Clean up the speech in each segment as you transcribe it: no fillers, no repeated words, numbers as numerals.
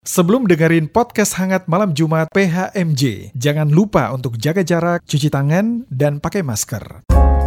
Sebelum dengerin podcast Hangat Malam Jumat PHMJ, jangan lupa untuk jaga jarak, cuci tangan, dan pakai masker.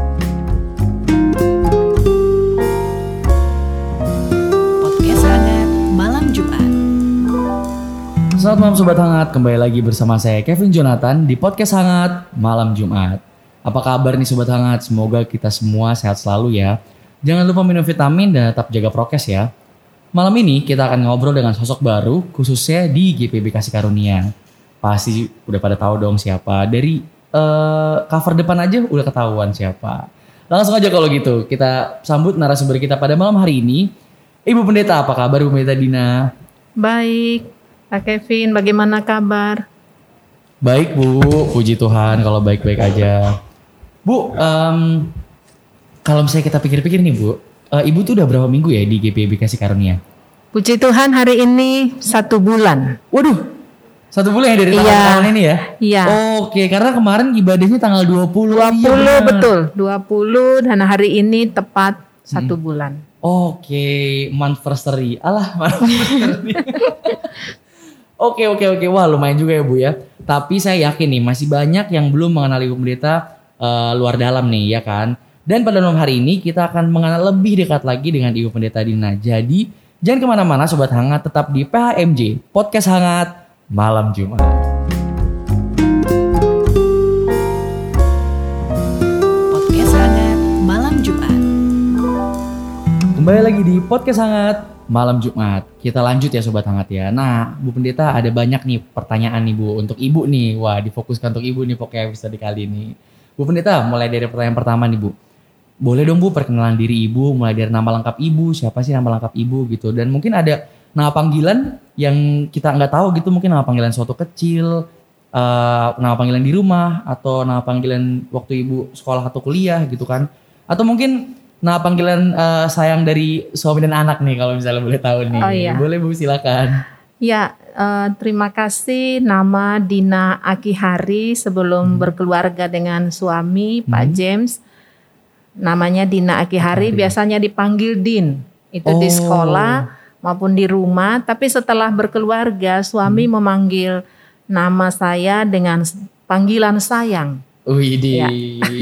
Podcast Hangat Malam Jumat. Selamat malam Sobat Hangat, kembali lagi bersama saya Kevin Jonathan di Podcast Hangat Malam Jumat. Apa kabar nih Sobat Hangat? Semoga kita semua sehat selalu ya. Jangan lupa minum vitamin dan tetap jaga prokes ya. Malam ini kita akan ngobrol dengan sosok baru khususnya di GPIB Kasih Karunia. Pasti udah pada tahu dong siapa. Dari cover depan aja udah ketahuan siapa. Langsung aja kalau gitu kita sambut narasumber kita pada malam hari ini. Ibu Pendeta, apa kabar Ibu Pendeta Dina? Baik, Pak Kevin, bagaimana kabar? Baik Bu, puji Tuhan kalau baik-baik aja. Bu, kalau misalnya kita pikir-pikir nih Bu, Ibu tuh udah berapa minggu ya di GPIB Kasih Karunia? Puji Tuhan hari ini 1 bulan. Waduh, 1 bulan ya dari tahun ini ya? Iya. Oke, karena kemarin ibadahnya tanggal 20. 20 betul, 20 dan hari ini tepat 1 bulan. Oke, monthversary. Alah, monthversary. Oke. Wah, lumayan juga ya Bu ya. Tapi saya yakin nih masih banyak yang belum mengenali Ibu Pendeta luar dalam nih ya kan. Dan pada malam hari ini kita akan mengenal lebih dekat lagi dengan Ibu Pendeta Dina. Jadi jangan kemana-mana Sobat Hangat, tetap di PHMJ, Podcast Hangat Malam Jumat. Podcast Hangat Malam Jumat. Kembali lagi di Podcast Hangat Malam Jumat. Kita lanjut ya Sobat Hangat ya. Nah Bu Pendeta ada banyak nih pertanyaan nih Bu untuk Ibu nih. Wah difokuskan untuk Ibu nih pokoknya episode kali ini. Bu Pendeta mulai dari pertanyaan pertama nih Bu. Boleh dong Bu perkenalan diri Ibu, mulai dari nama lengkap Ibu, siapa sih nama lengkap Ibu gitu. Dan mungkin ada nama panggilan yang kita nggak tahu gitu, mungkin nama panggilan suatu kecil, nama panggilan di rumah, atau nama panggilan waktu Ibu sekolah atau kuliah gitu kan. Atau mungkin nama panggilan sayang dari suami dan anak nih kalau misalnya boleh tahu nih. Oh, iya. Boleh Bu silakan. Ya, terima kasih, nama Dina Akihari sebelum berkeluarga dengan suami Pak James. Namanya Dina Akihari, biasanya dipanggil Din. Itu di sekolah maupun di rumah. Tapi setelah berkeluarga, suami memanggil nama saya dengan panggilan sayang. Widih. Ya.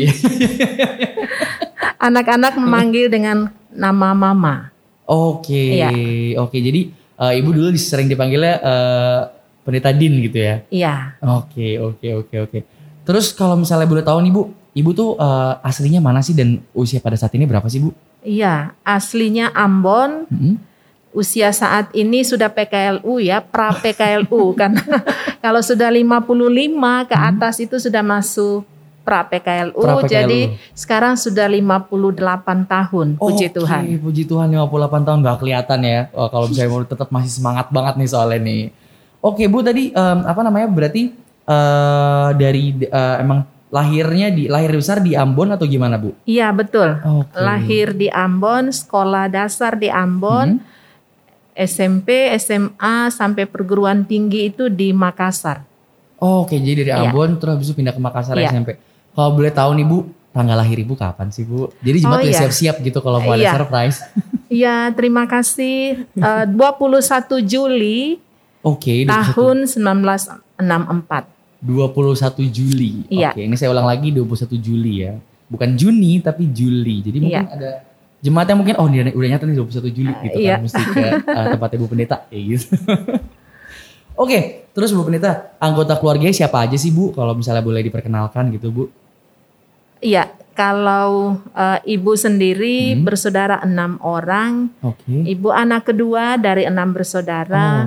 Anak-anak memanggil dengan nama mama. Oke. Iya. Oke. Jadi Ibu dulu sering dipanggilnya Pendeta Din gitu ya? Iya. Oke. Terus kalau misalnya boleh tahu nih Bu, Ibu tuh aslinya mana sih dan usia pada saat ini berapa sih Bu? Iya, aslinya Ambon. Usia saat ini sudah PKLU ya, pra PKLU karena kalau sudah 55 ke atas itu sudah masuk pra PKLU. Jadi sekarang sudah 58 tahun, puji Tuhan. Oke, puji Tuhan 58 tahun gak kelihatan ya. Kalau misalnya mau tetap masih semangat banget nih soalnya nih. Oke Bu, tadi berarti dari emang lahir besar di Ambon atau gimana Bu? Iya betul. Okay. Lahir di Ambon, sekolah dasar di Ambon, SMP, SMA sampai perguruan tinggi itu di Makassar. Oke, jadi dari Ambon terus habis itu pindah ke Makassar SMP. Kalau boleh tahu nih Bu, tanggal lahir Ibu kapan sih Bu? Jadi Jumat udah siap-siap gitu kalau mau ada surprise. Iya, terima kasih. 21 Juli tahun 1964. 21 Juli. Iya. Oke, ini saya ulang lagi 21 Juli ya. Bukan Juni tapi Juli. Jadi mungkin ada jemaat yang mungkin udah nyata nih 21 Juli gitu kan mesti ke tempatnya Bu Pendeta kayak gitu. Oke, terus Bu Pendeta, anggota keluarganya siapa aja sih Bu kalau misalnya boleh diperkenalkan gitu Bu? Iya, kalau ibu sendiri bersaudara 6 orang. Ibu anak kedua dari 6 bersaudara.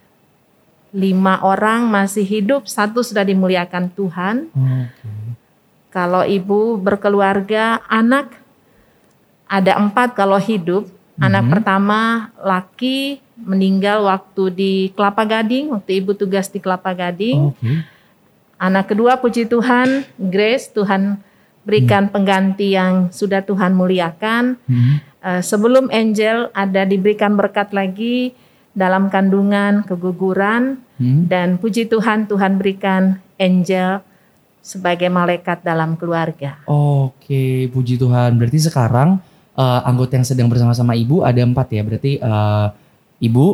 5 orang masih hidup, 1 sudah dimuliakan Tuhan. Kalau ibu berkeluarga, anak ada 4 kalau hidup. Anak pertama laki meninggal waktu di Kelapa Gading, waktu ibu tugas di Kelapa Gading. Anak kedua puji Tuhan, Grace, Tuhan berikan pengganti yang sudah Tuhan muliakan. Sebelum Angel ada diberikan berkat lagi dalam kandungan keguguran. Dan puji Tuhan, Tuhan berikan Angel sebagai malaikat dalam keluarga. Oke, puji Tuhan. Berarti sekarang anggota yang sedang bersama-sama Ibu ada 4 ya. Berarti Ibu,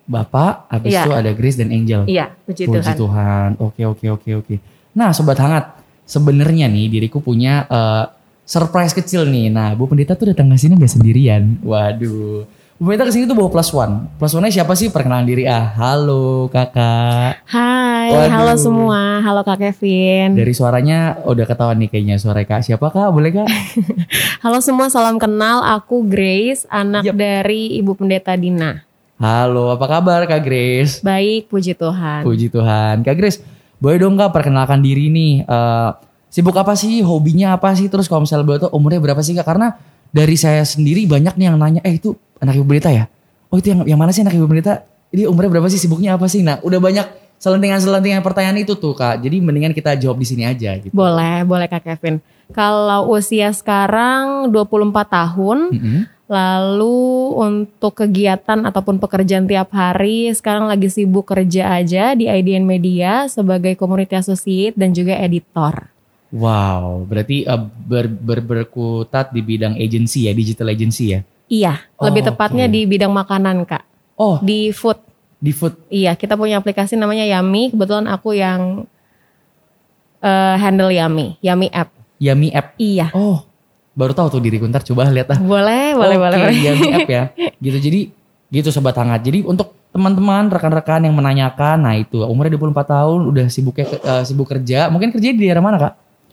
Bapak, habis itu ada Grace dan Angel. Iya, puji Tuhan. Oke. Nah, Sobat Hangat, sebenarnya nih diriku punya surprise kecil nih. Nah, Bu Pendeta tuh datang ke sini gak sendirian. Waduh. Bu Pendeta kesini tuh bawa plus one. Plus one-nya siapa sih? Perkenalan diri. Halo kakak. Hai, halo semua. Halo Kak Kevin. Dari suaranya udah ketahuan nih kayaknya suara Kak. Siapa Kak? Boleh Kak? Halo semua, salam kenal. Aku Grace, anak dari Ibu Pendeta Dina. Halo, apa kabar Kak Grace? Baik, puji Tuhan. Puji Tuhan. Kak Grace, boleh dong Kak perkenalkan diri nih. Sibuk apa sih? Hobinya apa sih? Terus kalau misalnya boleh tahu umurnya berapa sih Kak? Karena dari saya sendiri banyak nih yang nanya, itu anak Ibu Pendeta ya? Oh itu yang mana sih anak Ibu Pendeta? Ini umurnya berapa sih? Sibuknya apa sih? Nah udah banyak selentingan pertanyaan itu tuh Kak. Jadi mendingan kita jawab di sini aja gitu. Boleh Kak Kevin. Kalau usia sekarang 24 tahun. Lalu untuk kegiatan ataupun pekerjaan tiap hari sekarang lagi sibuk kerja aja di IDN Media sebagai community associate dan juga editor. Wow, berarti berkutat di bidang agency ya, digital agency ya? Iya, lebih tepatnya di bidang makanan Kak. Oh, di food. Di food? Iya, kita punya aplikasi namanya Yummy. Kebetulan aku yang handle Yummy app. Yummy app? Iya. Oh, baru tahu tuh diriku, ntar coba lihat lah. Boleh. Yummy app ya. Gitu, jadi gitu Sobat Hangat. Jadi untuk teman-teman, rekan-rekan yang menanyakan, nah itu umurnya 24 tahun, udah sibuk kerja. Mungkin kerja di daerah mana Kak?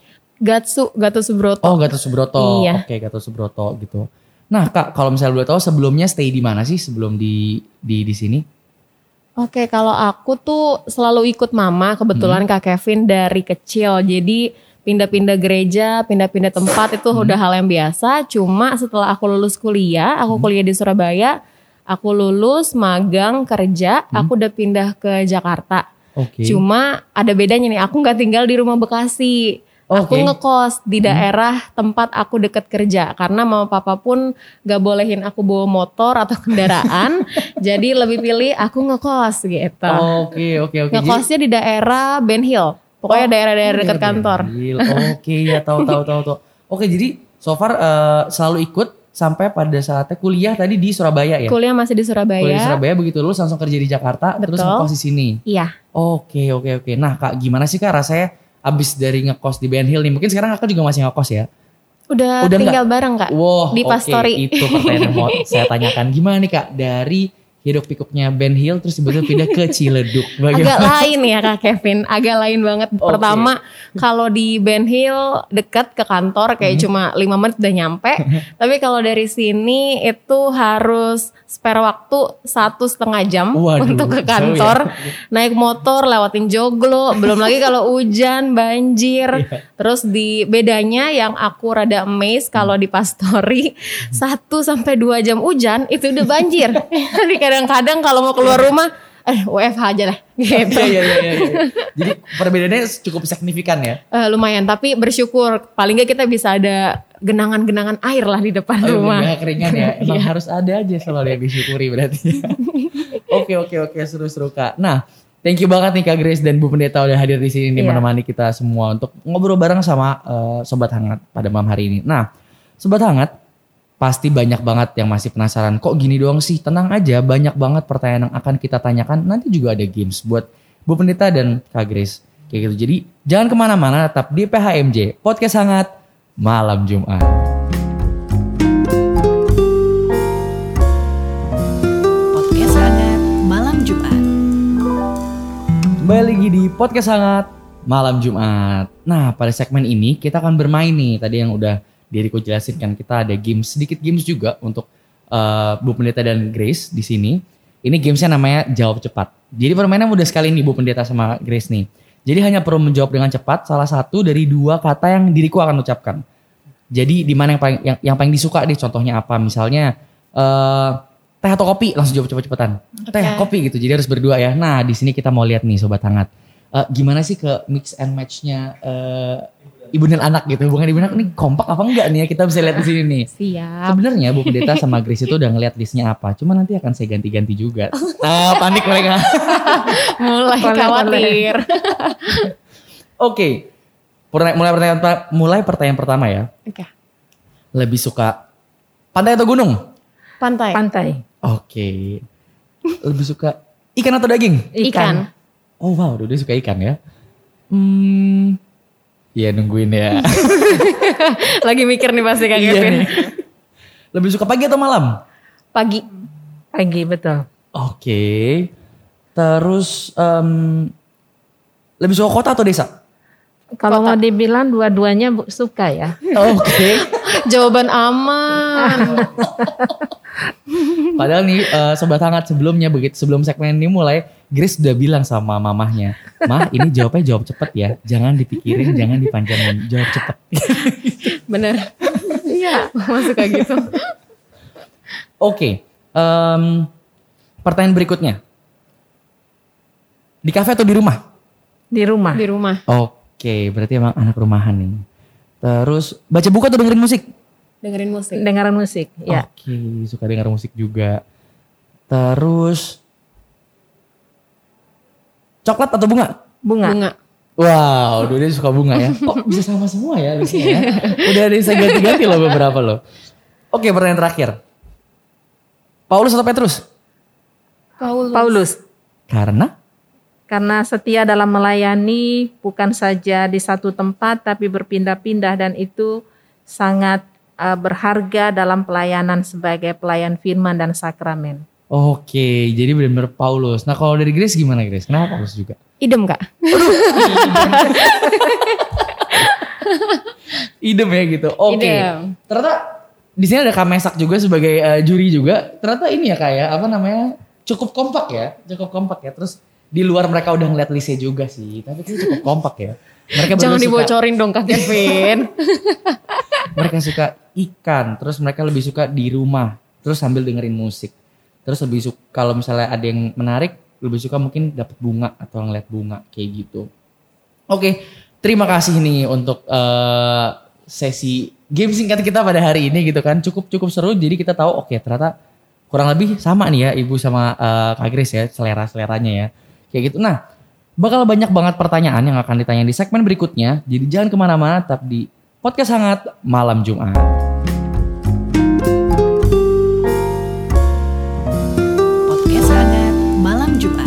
Gatot Subroto. Oh, Gatot Subroto. Iya. Oke, Gatot Subroto gitu. Nah, Kak, kalau misalnya boleh tahu sebelumnya stay di mana sih sebelum di sini? Oke, kalau aku tuh selalu ikut mama, kebetulan Kak Kevin dari kecil. Jadi pindah-pindah gereja, pindah-pindah tempat itu udah hal yang biasa. Cuma setelah aku lulus kuliah, aku kuliah di Surabaya, aku lulus magang kerja, aku udah pindah ke Jakarta. Cuma ada bedanya nih, aku nggak tinggal di rumah Bekasi. Aku ngekos di daerah tempat aku deket kerja karena mama papa pun gak bolehin aku bawa motor atau kendaraan. Jadi lebih pilih aku ngekos gitu. Oke. Ngekosnya di daerah Ben Hill. Pokoknya daerah-daerah dekat kantor. Oke, ya tahu. Oke, jadi so far selalu ikut sampai pada saatnya kuliah tadi di Surabaya ya? Kuliah masih di Surabaya. Kuliah di Surabaya, begitu lulus langsung kerja di Jakarta. Betul. Terus ngekos di sini. Iya. Oke. Nah Kak, gimana sih Kak rasanya abis dari ngekos di Ben Hill nih? Mungkin sekarang Kakak juga masih ngekos ya? Udah tinggal bareng Kak. Wow, di Pastori. Itu pertanyaan yang mau saya tanyakan. Gimana nih Kak dari hidup pikuknya Ben Hill terus tiba-tiba pindah ke Ciledug? Agak lain ya Kak Kevin, agak lain banget. Pertama kalau di Ben Hill dekat ke kantor kayak cuma 5 menit udah nyampe. Tapi kalau dari sini itu harus spare waktu 1,5 jam untuk ke kantor. Naik motor, lewatin joglo, belum lagi kalau hujan, banjir. Terus di bedanya yang aku rada amazed kalau di Pastori 1-2 jam hujan itu udah banjir. Jadi kadang-kadang kalau mau keluar rumah WFH aja lah gitu. Iya. Jadi perbedaannya cukup signifikan ya? Lumayan, tapi bersyukur paling gak kita bisa ada genangan-genangan air lah di depan rumah. Keringan ya, emang harus ada aja selalu yang disyukuri berarti. Oke, seru-seru Kak. Nah, thank you banget nih Kak Grace dan Bu Pendeta udah hadir di sini menemani kita semua untuk ngobrol bareng sama Sobat Hangat pada malam hari ini. Nah, Sobat Hangat, pasti banyak banget yang masih penasaran, kok gini doang sih? Tenang aja, banyak banget pertanyaan yang akan kita tanyakan. Nanti juga ada games buat Bu Pendeta dan Kak Grace. Kayak gitu. Jadi jangan kemana-mana, tetap di PHMJ, Podcast Hangat Malam Jumat. Podcast Hangat Malam Jumat. Kembali lagi di Podcast Hangat Malam Jumat. Nah, pada segmen ini kita akan bermain nih. Tadi yang udah diriku jelasin kan, kita ada sedikit games juga untuk Bu Pendeta dan Grace di sini. Ini gamesnya namanya Jawab Cepat. Jadi permainan mudah sekali nih Bu Pendeta sama Grace nih. Jadi hanya perlu menjawab dengan cepat salah satu dari 2 kata yang diriku akan ucapkan. Jadi di mana yang paling disuka deh, contohnya apa? Misalnya teh atau kopi, langsung jawab cepet-cepetan. Teh, kopi gitu. Jadi harus berdua ya. Nah, di sini kita mau lihat nih Sobat Hangat. Gimana sih ke mix and match-nya ibu dan anak gitu, bukan ibu dan anak, nih kompak apa enggak nih ya, kita bisa lihat di sini nih. Siap. Sebenarnya Bu Pendeta sama Grace itu udah ngeliat listnya apa, cuma nanti akan saya ganti-ganti juga. Panik mereka. Mulai khawatir. Oke. Mulai pertanyaan pertama ya. Oke. Lebih suka pantai atau gunung? Pantai. Oke. Lebih suka ikan atau daging? Ikan. Oh wow, Dude suka ikan ya. Iya nungguin ya. Lagi mikir nih pasti Kak Iya Kevin. nih. Lebih suka pagi atau malam? Pagi. Pagi, betul. Oke. Terus lebih suka kota atau desa? Kalau mau dibilang dua-duanya suka ya. Oke. Jawaban aman. Padahal nih Sobat Hangat sebelumnya sebelum segmen ini mulai, Grace udah bilang sama mamahnya, "Mah, ini jawab cepet ya. Jangan dipikirin, jangan dipanjangin. Jawab cepet." Bener. Iya. Mama suka gitu. Oke. Pertanyaan berikutnya. Di kafe atau di rumah? Di rumah. Di rumah. Oke, berarti emang anak rumahan nih. Terus baca buku atau dengerin musik? Dengerin musik. Dengaran musik, ya. Oke, suka denger musik juga. Terus coklat atau bunga? Bunga. Wow, dia suka bunga ya. Kok bisa sama semua ya Lucia ya? Udah ada yang saya ganti-ganti loh beberapa loh. Oke, pertanyaan terakhir. Paulus atau Petrus? Paulus. Karena setia dalam melayani bukan saja di satu tempat tapi berpindah-pindah, dan itu sangat berharga dalam pelayanan sebagai pelayan firman dan sakramen. Oke, jadi benar-benar Paulus. Nah kalau dari Grace gimana Grace? Kenapa Paulus juga? Idem Kak. Idem ya gitu. Oke. Idem. Ternyata di sini ada Kak Mesak juga sebagai juri juga. Ternyata ini ya Kak ya, apa namanya? Cukup kompak ya. Terus di luar mereka udah ngeliat Lise juga sih, tapi itu cukup kompak ya. Mereka Jangan dibocorin dong Kak Kevin. Mereka suka ikan, terus mereka lebih suka di rumah, terus sambil dengerin musik. Terus lebih suka kalau misalnya ada yang menarik, lebih suka mungkin dapat bunga atau ngeliat bunga kayak gitu. Oke, terima kasih nih untuk sesi game singkat kita pada hari ini gitu kan. Cukup seru, jadi kita tahu oke ternyata kurang lebih sama nih ya Ibu sama Kak Grace ya, selera-seleranya ya. Kayak gitu. Nah, bakal banyak banget pertanyaan yang akan ditanya di segmen berikutnya. Jadi jangan kemana-mana, tetap di Podcast Hangat Malam Jumat. Podcast Hangat Malam Jumat.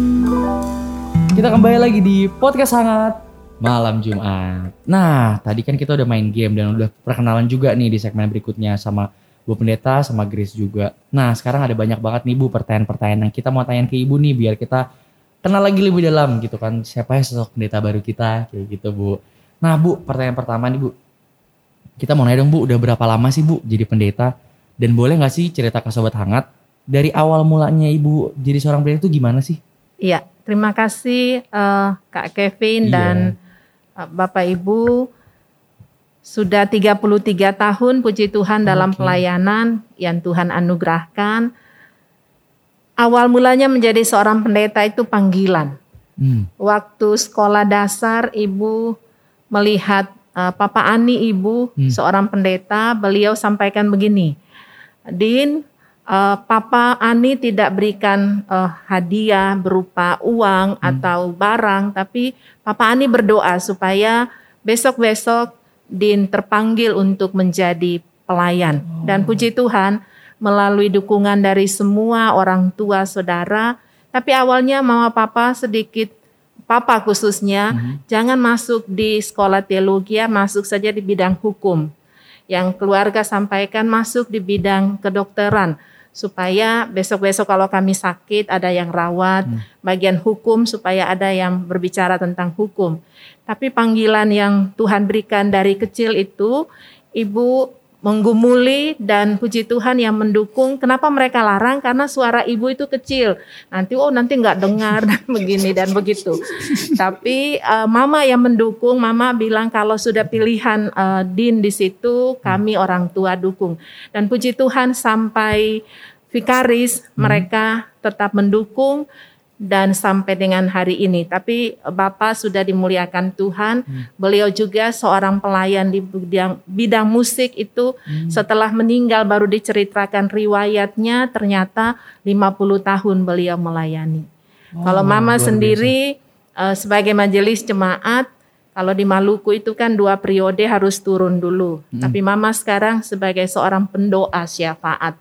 Kita kembali lagi di Podcast Hangat Malam Jumat. Nah, tadi kan kita udah main game dan udah perkenalan juga nih di segmen berikutnya sama Bu Pendeta sama Grace juga. Nah, sekarang ada banyak banget nih Bu pertanyaan-pertanyaan yang kita mau tanyain ke Ibu nih biar kita kenal lagi lebih dalam gitu kan. Siapa ya sosok pendeta baru kita kayak gitu Bu. Nah Bu, pertanyaan pertama nih Bu. Kita mau nanya dong Bu, udah berapa lama sih Bu jadi pendeta? Dan boleh gak sih cerita ke Sobat Hangat dari awal mulanya Ibu jadi seorang pendeta itu gimana sih? Iya, terima kasih Kak Kevin dan Bapak Ibu. Sudah 33 tahun puji Tuhan dalam pelayanan yang Tuhan anugerahkan. Awal mulanya menjadi seorang pendeta itu panggilan. Waktu sekolah dasar Ibu melihat Papa Ani Ibu seorang pendeta, beliau sampaikan begini, Din, Papa Ani tidak berikan hadiah berupa uang atau barang, tapi Papa Ani berdoa supaya besok-besok Din terpanggil untuk menjadi pelayan. Dan puji Tuhan melalui dukungan dari semua orang tua saudara. Tapi awalnya mama papa papa khususnya jangan masuk di sekolah teologi, masuk saja di bidang hukum. Yang keluarga sampaikan masuk di bidang kedokteran. Supaya besok-besok kalau kami sakit ada yang rawat, bagian hukum supaya ada yang berbicara tentang hukum. Tapi panggilan yang Tuhan berikan dari kecil itu, Ibu menggumuli dan puji Tuhan yang mendukung. Kenapa mereka larang? Karena suara Ibu itu kecil. Nanti nggak dengar dan begini dan begitu. Tapi Mama yang mendukung, Mama bilang kalau sudah pilihan Din di situ, kami orang tua dukung. Dan puji Tuhan sampai vikaris mereka tetap mendukung. Dan sampai dengan hari ini. Tapi Bapak sudah dimuliakan Tuhan. Beliau juga seorang pelayan di bidang musik itu. Setelah meninggal baru diceritakan riwayatnya. Ternyata 50 tahun beliau melayani. Kalau Mama sendiri sebagai majelis jemaat. Kalau di Maluku itu kan 2 periode harus turun dulu. Tapi Mama sekarang sebagai seorang pendoa syafaat.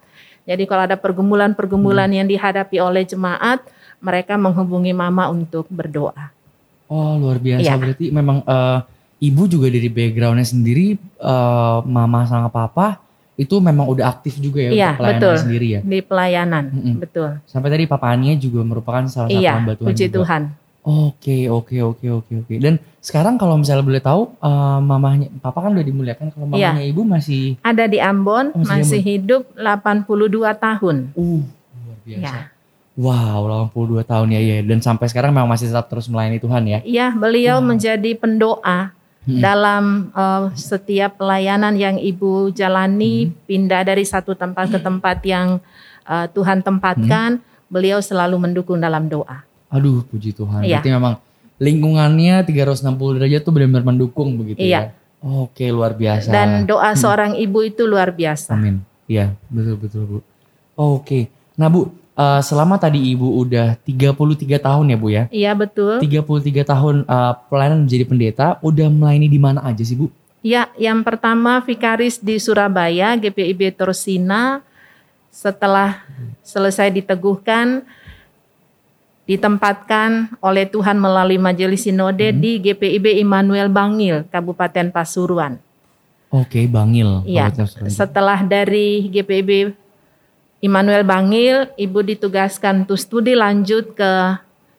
Jadi kalau ada pergumulan-pergumulan yang dihadapi oleh jemaat, mereka menghubungi mama untuk berdoa. Oh, luar biasa. Berarti memang ibu juga dari backgroundnya sendiri, mama sama papa itu memang udah aktif juga ya untuk pelayanan sendiri ya? Di pelayanan, betul. Sampai tadi Papa Ania juga merupakan salah satu hamba Tuhan puji juga. Tuhan. Oke. Dan sekarang kalau misalnya boleh tahu, mamanya Papa kan udah dimuliakan, kalau mamanya Ibu masih ada di Ambon, masih hidup 82 tahun. Luar biasa. Wow, 82 tahun ya. Dan sampai sekarang memang masih tetap terus melayani Tuhan ya? Iya, beliau menjadi pendoa dalam setiap pelayanan yang Ibu jalani, pindah dari satu tempat ke tempat yang Tuhan tempatkan, beliau selalu mendukung dalam doa. Aduh, puji Tuhan. Berarti memang lingkungannya 360 derajat tuh benar-benar mendukung begitu ya. Oke, luar biasa. Dan doa seorang ibu itu luar biasa. Amin. Iya, betul Bu. Oke. Nah Bu, selama tadi Ibu udah 33 tahun ya Bu ya? Iya betul. 33 tahun pelayanan menjadi pendeta, udah melayani di mana aja sih Bu? Ya, yang pertama vikaris di Surabaya, GPIB Torsina. Setelah selesai diteguhkan, ditempatkan oleh Tuhan melalui Majelis Sinode di GPIB Immanuel Bangil, Kabupaten Pasuruan. Oke, Bangil. Iya, setelah dari GPIB Immanuel Bangil, Ibu ditugaskan untuk studi lanjut ke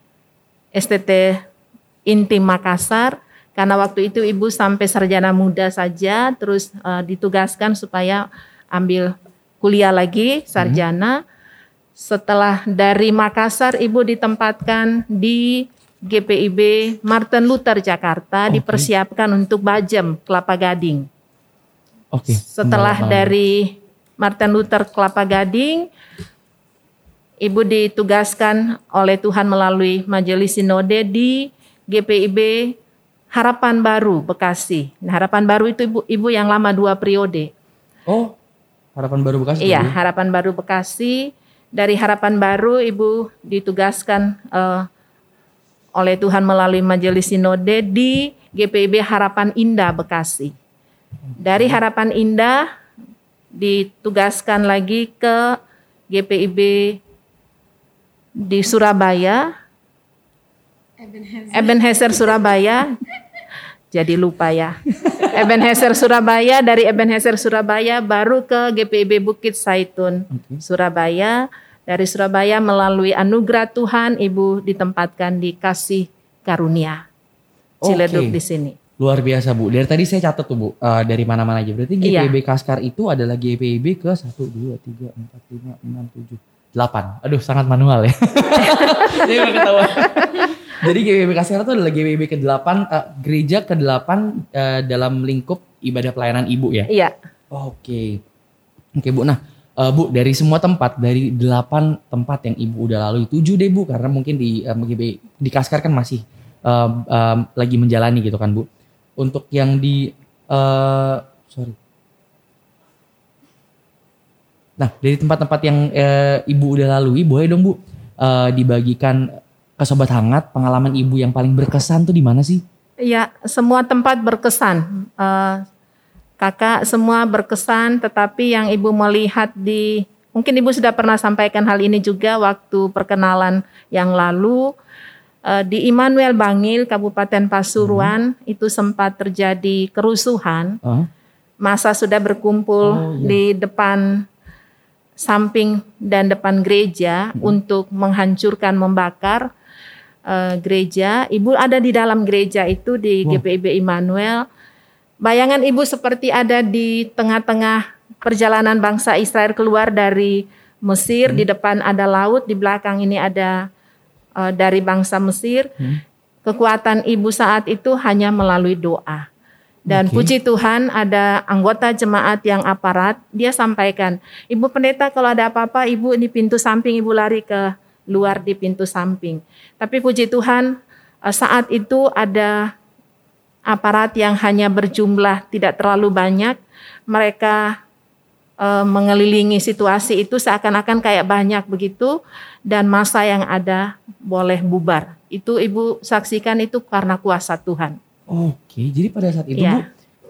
STT Intim Makassar, karena waktu itu Ibu sampai sarjana muda saja, terus ditugaskan supaya ambil kuliah lagi, sarjana. Setelah dari Makassar, Ibu ditempatkan di GPIB Martin Luther Jakarta, dipersiapkan untuk Bajem, Kelapa Gading. Setelah dari Martin Luther Kelapa Gading, Ibu ditugaskan oleh Tuhan melalui Majelis Sinode di GPIB Harapan Baru Bekasi. Nah, Harapan Baru itu Ibu yang lama 2 periode. Oh, Harapan Baru Bekasi? Iya, Harapan Baru Bekasi. Dari Harapan Baru Ibu ditugaskan oleh Tuhan melalui Majelis Sinode di GPIB Harapan Indah Bekasi. Dari Harapan Indah ditugaskan lagi ke GPIB di Surabaya, Ebenezer Surabaya, jadi lupa ya. Ebenezer Surabaya, dari Ebenezer Surabaya baru ke GPIB Bukit Saitun Surabaya. Dari Surabaya melalui anugerah Tuhan, Ibu ditempatkan di Kasih Karunia Ciledug di sini. Luar biasa Bu. Dari tadi saya catat tuh Bu, dari mana-mana aja. Berarti GPIB Kaskar itu adalah GPIB ke 1, 2, 3, 4, 5, 6, 7, 8. Aduh, sangat manual ya. Jadi gak ketahuan. Jadi GPIB Kaskar itu adalah GPIB ke-8, gereja ke-8 dalam lingkup ibadah pelayanan Ibu ya? Iya. Oke Bu, nah Bu, dari semua tempat, dari 8 tempat yang Ibu udah lalui, 7 deh Bu, karena mungkin di Kaskar kan masih lagi menjalani gitu kan Bu. Untuk yang di nah, dari tempat-tempat yang Ibu udah lalui, boleh dong Bu dibagikan ke Sobat Hangat pengalaman Ibu yang paling berkesan tuh di mana sih? Ya, semua tempat berkesan. Kakak semua berkesan, tetapi yang Ibu melihat mungkin Ibu sudah pernah sampaikan hal ini juga waktu perkenalan yang lalu. Di Immanuel Bangil, Kabupaten Pasuruan, itu sempat terjadi kerusuhan. Massa sudah berkumpul di depan samping dan depan gereja untuk menghancurkan, membakar gereja. Ibu ada di dalam gereja itu di GPIB Immanuel. Bayangan Ibu seperti ada di tengah-tengah perjalanan bangsa Israel keluar dari Mesir. Di depan ada laut, di belakang ini ada dari bangsa Mesir. Kekuatan Ibu saat itu hanya melalui doa. Dan puji Tuhan ada anggota jemaat yang aparat, dia sampaikan, Ibu Pendeta kalau ada apa-apa Ibu di pintu samping, Ibu lari ke luar di pintu samping. Tapi puji Tuhan saat itu ada aparat yang hanya berjumlah tidak terlalu banyak. Mereka mengelilingi situasi itu seakan-akan kayak banyak begitu, dan massa yang ada boleh bubar. Itu Ibu saksikan itu karena kuasa Tuhan. Oke, jadi pada saat itu Bu,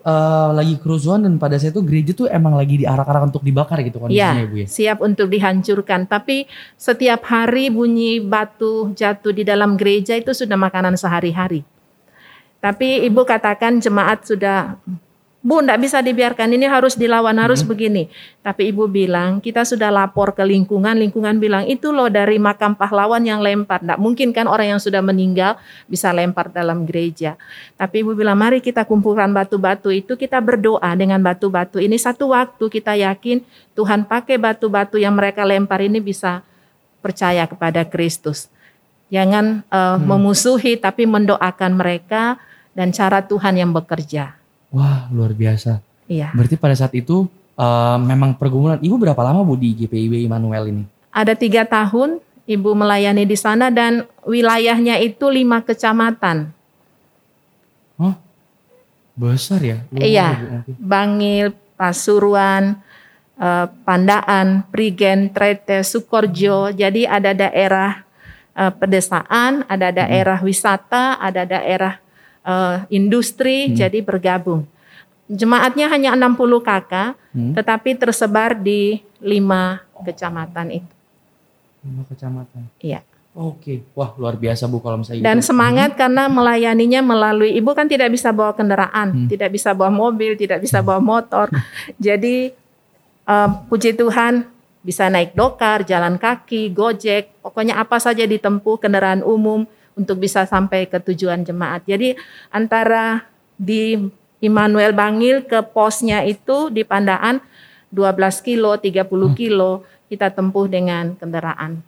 lagi kerusuhan dan pada saat itu gereja tuh emang lagi diarak-arak untuk dibakar gitu kondisinya Ya, Ibu ya. siap untuk dihancurkan. Tapi setiap hari bunyi batu jatuh di dalam gereja itu sudah makanan sehari-hari. Tapi Ibu katakan jemaat sudah, Bu, enggak bisa dibiarkan, ini harus dilawan, harus begini. Tapi Ibu bilang, kita sudah lapor ke lingkungan bilang, itu loh dari makam pahlawan yang lempar. Enggak mungkin kan orang yang sudah meninggal bisa lempar dalam gereja. Tapi Ibu bilang, mari kita kumpulkan batu-batu itu, kita berdoa dengan batu-batu ini. Satu waktu kita yakin Tuhan pakai batu-batu yang mereka lempar ini bisa percaya kepada Kristus. Jangan memusuhi, tapi mendoakan mereka dan cara Tuhan yang bekerja. Wah, luar biasa. Iya. Berarti pada saat itu memang pergumulan. Ibu berapa lama Bu di GPIB Immanuel ini? Ada 3 tahun Ibu melayani di sana dan wilayahnya itu 5 kecamatan. Hah? Besar ya? Iya, Bangil, Pasuruan, Pandaan, Prigen, Trete, Sukorjo. Jadi ada daerah pedesaan, ada daerah wisata, ada daerah industri, jadi bergabung. Jemaatnya hanya 60 kakak, tetapi tersebar di 5 kecamatan itu. 5 kecamatan. Iya. Oke, wah luar biasa Bu kalau misalnya Dan itu. semangat karena melayaninya melalui, Ibu kan tidak bisa bawa kendaraan, tidak bisa bawa mobil, tidak bisa bawa motor. Jadi puji Tuhan bisa naik dokar, jalan kaki, gojek, pokoknya apa saja ditempuh kendaraan umum untuk bisa sampai ke tujuan jemaat. Jadi antara di Immanuel Bangil ke posnya itu di Pandaan 12 kilo, 30 kilo kita tempuh dengan kendaraan.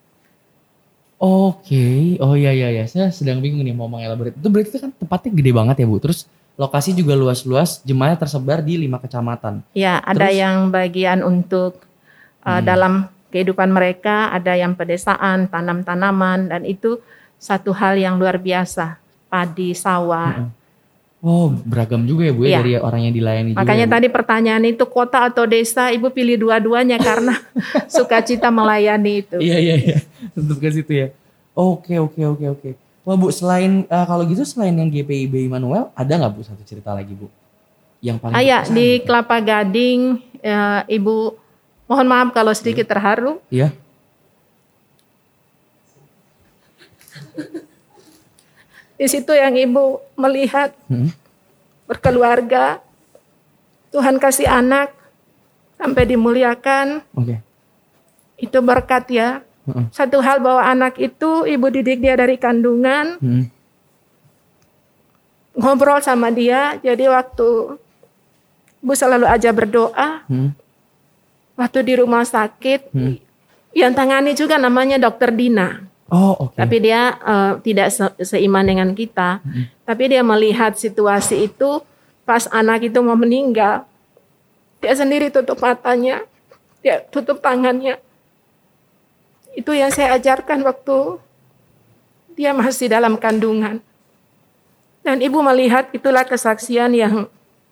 Oke, oh iya. Saya sedang bingung nih mau mengelaborate. Itu berarti kan tempatnya gede banget ya Bu. Terus lokasi juga luas-luas, jemaatnya tersebar di 5 kecamatan. Ya, ada yang bagian untuk dalam kehidupan mereka, ada yang pedesaan, tanam-tanaman, dan itu satu hal yang luar biasa, padi, sawah. Oh, beragam juga ya Bu ya, dari orang yang dilayani juga. Makanya ya, Bu? tadi pertanyaan itu kota atau desa, Ibu pilih dua-duanya karena sukacita melayani itu. Iya. Untuk ke situ ya. Oke. Wah Bu, selain kalau gitu selain yang GPIB Immanuel, ada nggak Bu satu cerita lagi Bu? Yang paling berkesan di gitu? Kelapa Gading, Ibu mohon maaf kalau sedikit terharu. Iya. Di situ yang Ibu melihat berkeluarga, Tuhan kasih anak sampai dimuliakan. Oke. Itu berkat ya. Satu hal bahwa anak itu Ibu didik dia dari kandungan. Ngobrol sama dia, jadi waktu Ibu selalu aja berdoa. Waktu di rumah sakit, yang tangani juga namanya Dokter Dina. Oh, oke. Tapi dia tidak seiman dengan kita. Tapi dia melihat situasi itu pas anak itu mau meninggal. Dia sendiri tutup matanya, dia tutup tangannya. Itu yang saya ajarkan waktu dia masih dalam kandungan. Dan Ibu melihat itulah kesaksian yang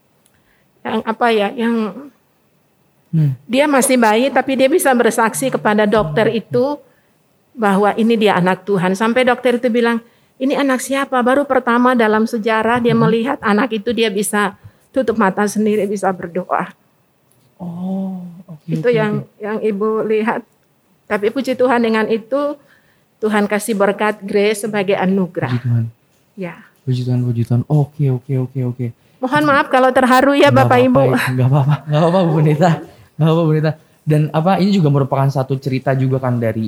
dia masih bayi tapi dia bisa bersaksi kepada dokter itu bahwa ini dia anak Tuhan. Sampai dokter itu bilang, ini anak siapa? Baru pertama dalam sejarah dia melihat anak itu dia bisa tutup mata sendiri, bisa berdoa. Oh, oke. Itu yang Ibu lihat. Tapi puji Tuhan dengan itu, Tuhan kasih berkat grace sebagai anugerah. Puji Tuhan. Ya. Puji Tuhan. Oke. Mohon maaf kalau terharu ya Bapak Ibu. Gak apa-apa Bu Pendeta. Dan ini juga merupakan satu cerita juga kan dari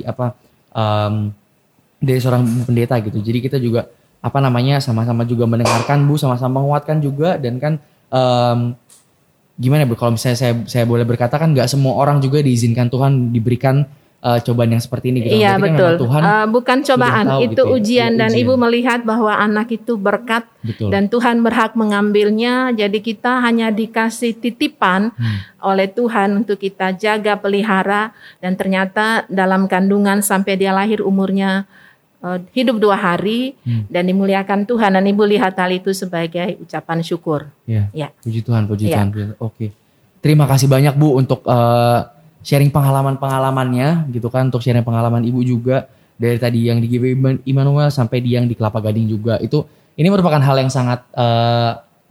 dari seorang pendeta gitu. Jadi kita juga sama-sama juga mendengarkan Bu, sama-sama menguatkan juga. Dan kan gimana Bu, kalau misalnya saya boleh berkata kan nggak semua orang juga diizinkan Tuhan diberikan cobaan yang seperti ini gitu. Iya betul. Kan Tuhan bukan cobaan, tahu, itu gitu ya. ujian. Dan Ujian. Ibu melihat bahwa anak itu berkat. Betul. Dan Tuhan berhak mengambilnya. Jadi kita hanya dikasih titipan oleh Tuhan untuk kita jaga, pelihara. Dan ternyata dalam kandungan sampai dia lahir umurnya hidup 2 hari dan dimuliakan Tuhan. Dan Ibu lihat hal itu sebagai ucapan syukur. Ya. Puji Tuhan. Oke. Terima kasih banyak Bu untuk sharing pengalamannya gitu kan, untuk sharing pengalaman Ibu juga dari tadi yang di GPIB Immanuel sampai di yang di Kelapa Gading juga. Ini merupakan hal yang sangat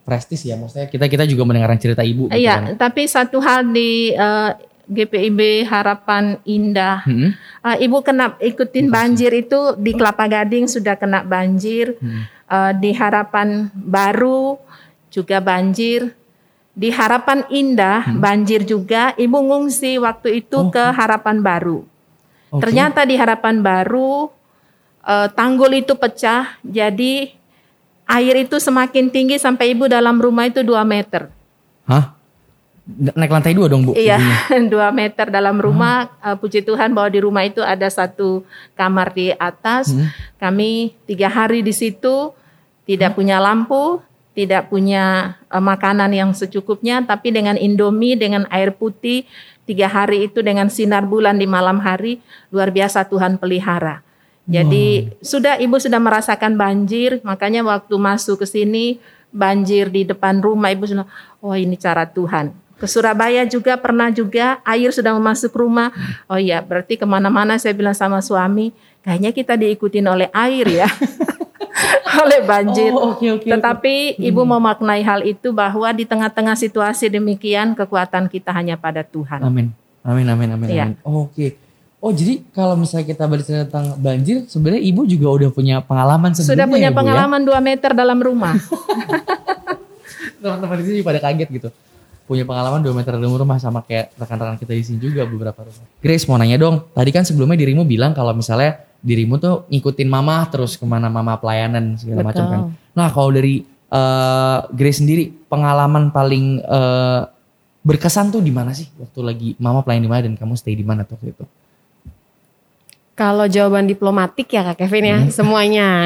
prestis ya, maksudnya kita juga mendengarkan cerita ibu. Gitu Iya, kan. tapi satu hal di GPIB Harapan Indah, ibu kena ikutin banjir itu di Kelapa Gading sudah kena banjir, di Harapan Baru juga banjir, di Harapan Indah banjir juga. Ibu ngungsi waktu itu ke Harapan Baru. Ternyata di Harapan Baru tanggul itu pecah, jadi air itu semakin tinggi sampai ibu dalam rumah itu 2 meter. Hah? Naik lantai 2 dong Bu? Iya, 2 meter dalam rumah. Puji Tuhan bahwa di rumah itu ada 1 kamar di atas. Kami 3 hari di situ, tidak punya lampu, tidak punya makanan yang secukupnya, tapi dengan Indomie, dengan air putih, 3 hari itu dengan sinar bulan di malam hari, luar biasa Tuhan pelihara. Jadi ibu sudah merasakan banjir, makanya waktu masuk ke sini banjir di depan rumah ibu sudah, oh ini cara Tuhan. Ke Surabaya juga pernah juga air sudah masuk rumah. Oh iya, berarti kemana-mana saya bilang sama suami, kayaknya kita diikutin oleh air ya, oleh banjir. Tetapi ibu memaknai hal itu bahwa di tengah-tengah situasi demikian kekuatan kita hanya pada Tuhan. Amin. Ya. Oke. Oh jadi kalau misalnya kita bercerita tentang banjir, sebenarnya ibu juga udah punya pengalaman sebelumnya. Sudah punya ya, Bu, pengalaman 2 meter dalam rumah. Teman-teman di sini pada kaget gitu. Punya pengalaman 2 meter dalam rumah sama kayak rekan-rekan kita di sini juga beberapa rumah. Grace mau nanya dong, tadi kan sebelumnya dirimu bilang kalau misalnya dirimu tuh ngikutin mama terus kemana mama pelayanan segala macam kan. Nah kalau dari Grace sendiri pengalaman paling berkesan tuh di mana sih waktu lagi mama pelayan di mana dan kamu stay di mana tuh waktu itu? Kalau jawaban diplomatik ya Kak Kevin ya, semuanya.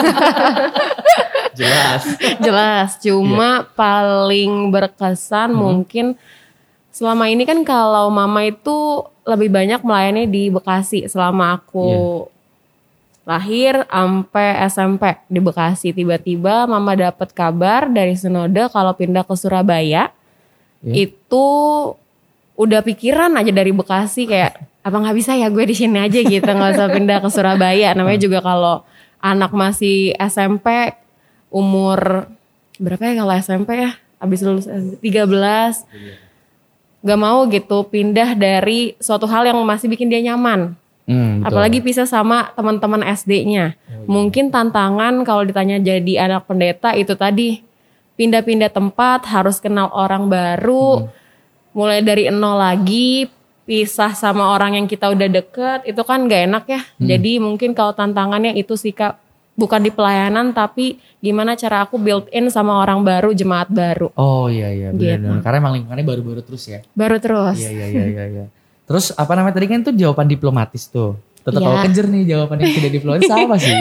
Jelas. Cuma paling berkesan mungkin selama ini kan kalau mama itu lebih banyak melayani di Bekasi selama aku lahir sampai SMP di Bekasi. Tiba-tiba mama dapat kabar dari Sinode kalau pindah ke Surabaya. Itu udah pikiran aja dari Bekasi kayak apa nggak bisa ya gue di sini aja gitu, nggak usah pindah ke Surabaya. Namanya juga kalau anak masih SMP umur berapa ya kalau SMP ya, habis lulus 13, nggak mau gitu pindah dari suatu hal yang masih bikin dia nyaman. Apalagi pisah sama teman-teman SD-nya. Mungkin tantangan kalau ditanya jadi anak pendeta itu tadi, pindah-pindah tempat, harus kenal orang baru, mulai dari nol lagi. Pisah sama orang yang kita udah deket itu kan gak enak ya. Jadi mungkin kalau tantangannya itu sih Kak, bukan di pelayanan tapi gimana cara aku build in sama orang baru, jemaat baru. Oh iya benar. Gitu. Karena emang lingkungannya baru-baru terus ya. Baru terus. Iya. Terus apa namanya tadi kan itu jawaban diplomatis tuh. Tetap kalau kejer nih jawaban yang tidak diplomatis apa sih?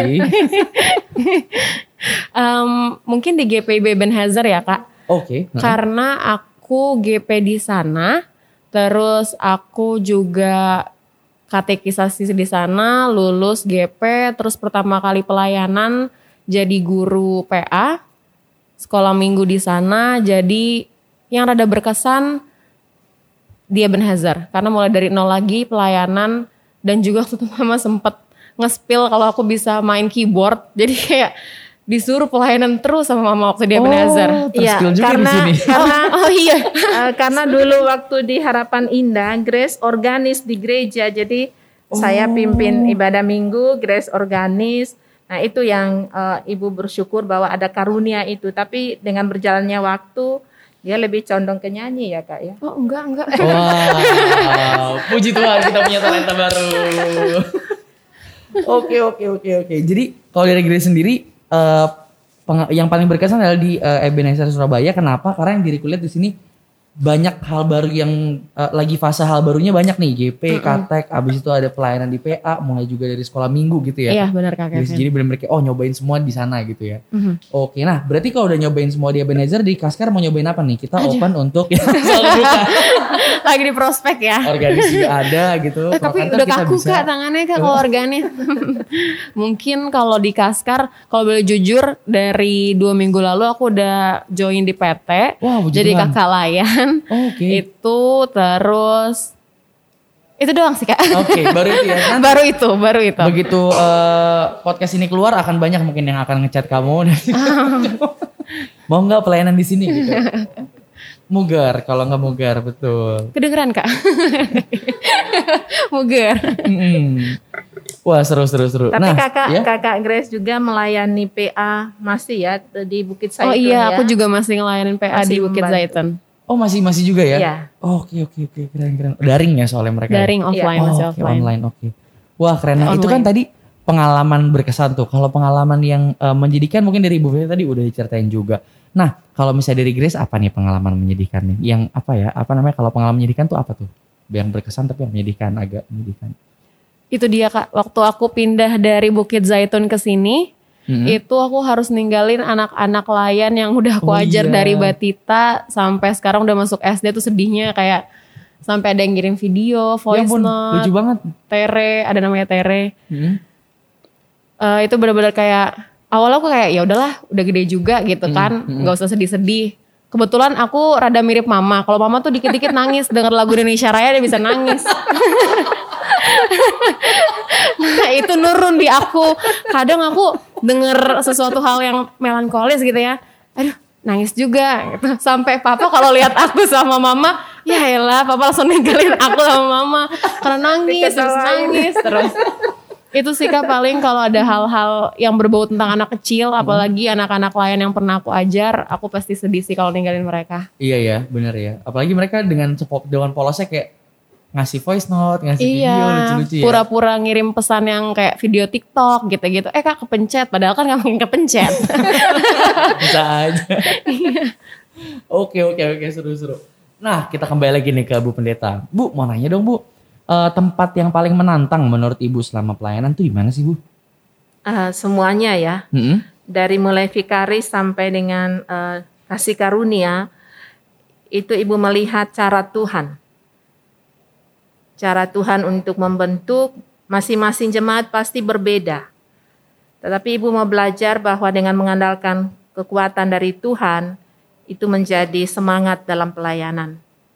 Mungkin di GPIB Ebenezer ya Kak. Oke. Karena aku GP di sana. Terus aku juga katekisasi di sana, lulus GP, terus pertama kali pelayanan jadi guru PA, sekolah minggu di sana. Jadi yang rada berkesan di Ebenezer, karena mulai dari nol lagi pelayanan dan juga waktu itu mama sempet nge-spill kalau aku bisa main keyboard. Jadi kayak disuruh pelayanan terus sama mama waktu di Ebenezer. Iya, karena dulu waktu di Harapan Indah, Grace organis di gereja. Jadi saya pimpin ibadah minggu, Grace organis. Nah itu yang ibu bersyukur bahwa ada karunia itu. Tapi dengan berjalannya waktu, dia lebih condong ke nyanyi ya Kak ya. Oh enggak. Wow, puji Tuhan kita punya talenta baru. Oke. Jadi kalau dari Grace sendiri, yang paling berkesan adalah di Ebenezer Surabaya. Kenapa? Karena yang diriku lihat di sini banyak hal baru yang lagi fase hal barunya banyak nih. GP, Katek, abis itu ada pelayanan di PA, mulai juga dari sekolah minggu gitu ya. Iya benar Kak Kevin. Jadi benar-benar kayak nyobain semua di sana gitu ya. Oke, nah berarti kalau udah nyobain semua di Ebenezer, di Kaskar mau nyobain apa nih? Kita open untuk selalu buka. Lagi di prospek ya. Organis juga ada gitu. Tapi udah kaku Kak tangannya Kak kalau organis. Mungkin kalau di Kaskar, kalau boleh jujur dari 2 minggu lalu aku udah join di PT. Wow, jadi kakak layan. Itu terus itu doang sih Kak. Oke, baru itu ya. Baru itu. Begitu podcast ini keluar akan banyak mungkin yang akan ngechat kamu. Mau nggak pelayanan di sini gitu. Mugar, kalau nggak mugar, betul. Kedengeran Kak? Mugar. Wah seru. Tapi kakak Grace juga melayani PA masih ya di Bukit Zaitun. Oh iya, ya? aku juga masih ngelayanin PA di Bukit Zaitun. Oh masih juga ya? Iya. Oke, keren. Daring ya soalnya mereka. Daring offline, masih offline. Online, oke. Wah keren. Nah, itu kan tadi pengalaman berkesan tuh. Kalau pengalaman yang menyedihkan mungkin dari Ibu Pendeta tadi udah diceritain juga. Nah, kalau misalnya dari Grace apa nih pengalaman menyedihkan nih? Yang apa ya? Apa namanya kalau pengalaman menyedihkan tuh apa tuh? Yang berkesan tapi yang menyedihkan, agak menyedihkan. Itu dia Kak, waktu aku pindah dari Bukit Zaitun ke sini, itu aku harus ninggalin anak-anak layan yang udah aku ajar dari Batita sampai sekarang udah masuk SD tuh sedihnya kayak sampai ada yang ngirim video, voice note. Lucu banget. Tere, ada namanya Tere. Itu benar-benar kayak awalnya aku kayak ya udahlah, udah gede juga gitu kan, nggak usah sedih-sedih. Kebetulan aku rada mirip mama. Kalau mama tuh dikit-dikit nangis denger lagu Indonesia Raya dia bisa nangis. Nah itu nurun di aku. Kadang aku denger sesuatu hal yang melankolis gitu ya, aduh nangis juga gitu. Sampai papa kalau lihat aku sama mama, ya elah papa langsung ninggalin aku sama mama karena nangis terus. Itu sih Kak paling kalau ada hal-hal yang berbau tentang anak kecil, apalagi anak-anak layan yang pernah aku ajar, aku pasti sedih sih kalau ninggalin mereka. Iya ya, benar ya. Apalagi mereka dengan polosnya kayak ngasih voice note, ngasih video lucu-lucu ya. Pura-pura ngirim pesan yang kayak video TikTok gitu-gitu. Kak kepencet, padahal kan gak mungkin kepencet. Bisa aja. Oke, seru-seru. Nah kita kembali lagi nih ke Bu Pendeta. Bu mau nanya dong Bu. Tempat yang paling menantang menurut Ibu selama pelayanan tuh gimana sih Bu? Semuanya ya. Dari mulai vikaris sampai dengan kasih karunia, itu Ibu melihat cara Tuhan. Cara Tuhan untuk membentuk masing-masing jemaat pasti berbeda. Tetapi Ibu mau belajar bahwa dengan mengandalkan kekuatan dari Tuhan, itu menjadi semangat dalam pelayanan.